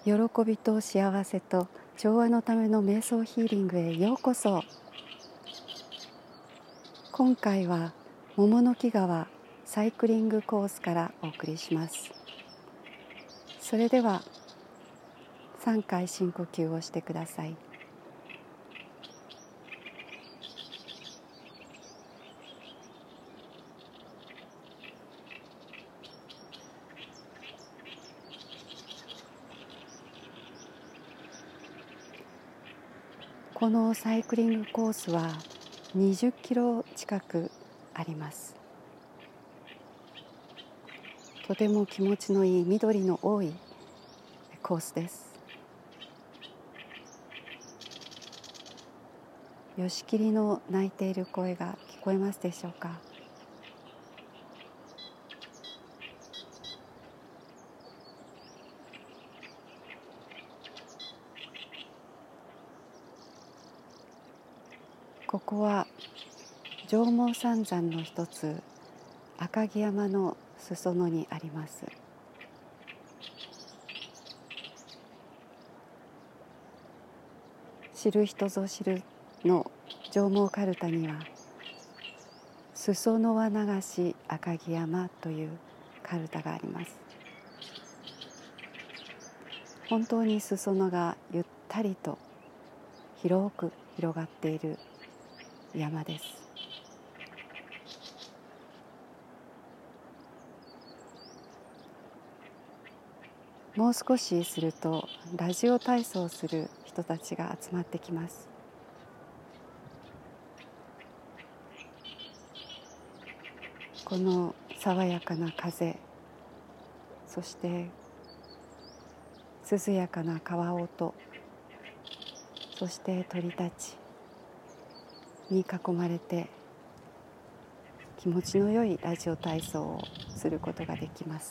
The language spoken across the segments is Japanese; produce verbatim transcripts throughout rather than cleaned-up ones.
喜びと幸せと調和のための瞑想ヒーリングへようこそ。今回は桃の木川サイクリングコースからお送りします。それではさんかい深呼吸をしてください。このサイクリングコースはにじゅっキロ近くあります。とても気持ちのいい緑の多いコースです。ヨシキリの鳴いている声が聞こえますでしょうか。ここは上毛三山の一つ赤城山の裾野にあります。知る人ぞ知るの上毛かるたには裾野は流し赤城山というかるたがあります。本当に裾野がゆったりと広く広がっている山です。もう少しするとラジオ体操をする人たちが集まってきます。この爽やかな風、そして涼やかな川音、そして鳥たちに囲まれて気持ちの良いラジオ体操をすることができます。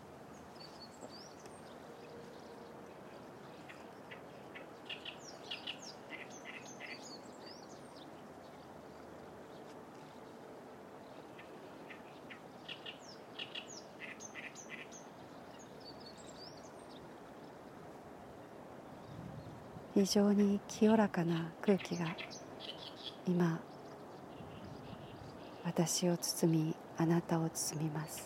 非常に清らかな空気が今私を包み、あなたを包みます。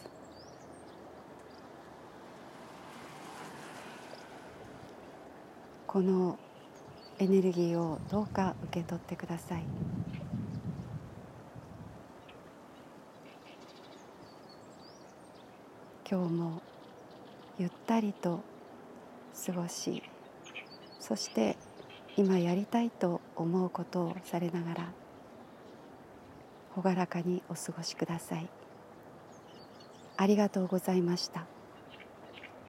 このエネルギーをどうか受け取ってください。今日もゆったりと過ごし、そして今やりたいと思うことをされながら朗らかにお過ごしください。ありがとうございました。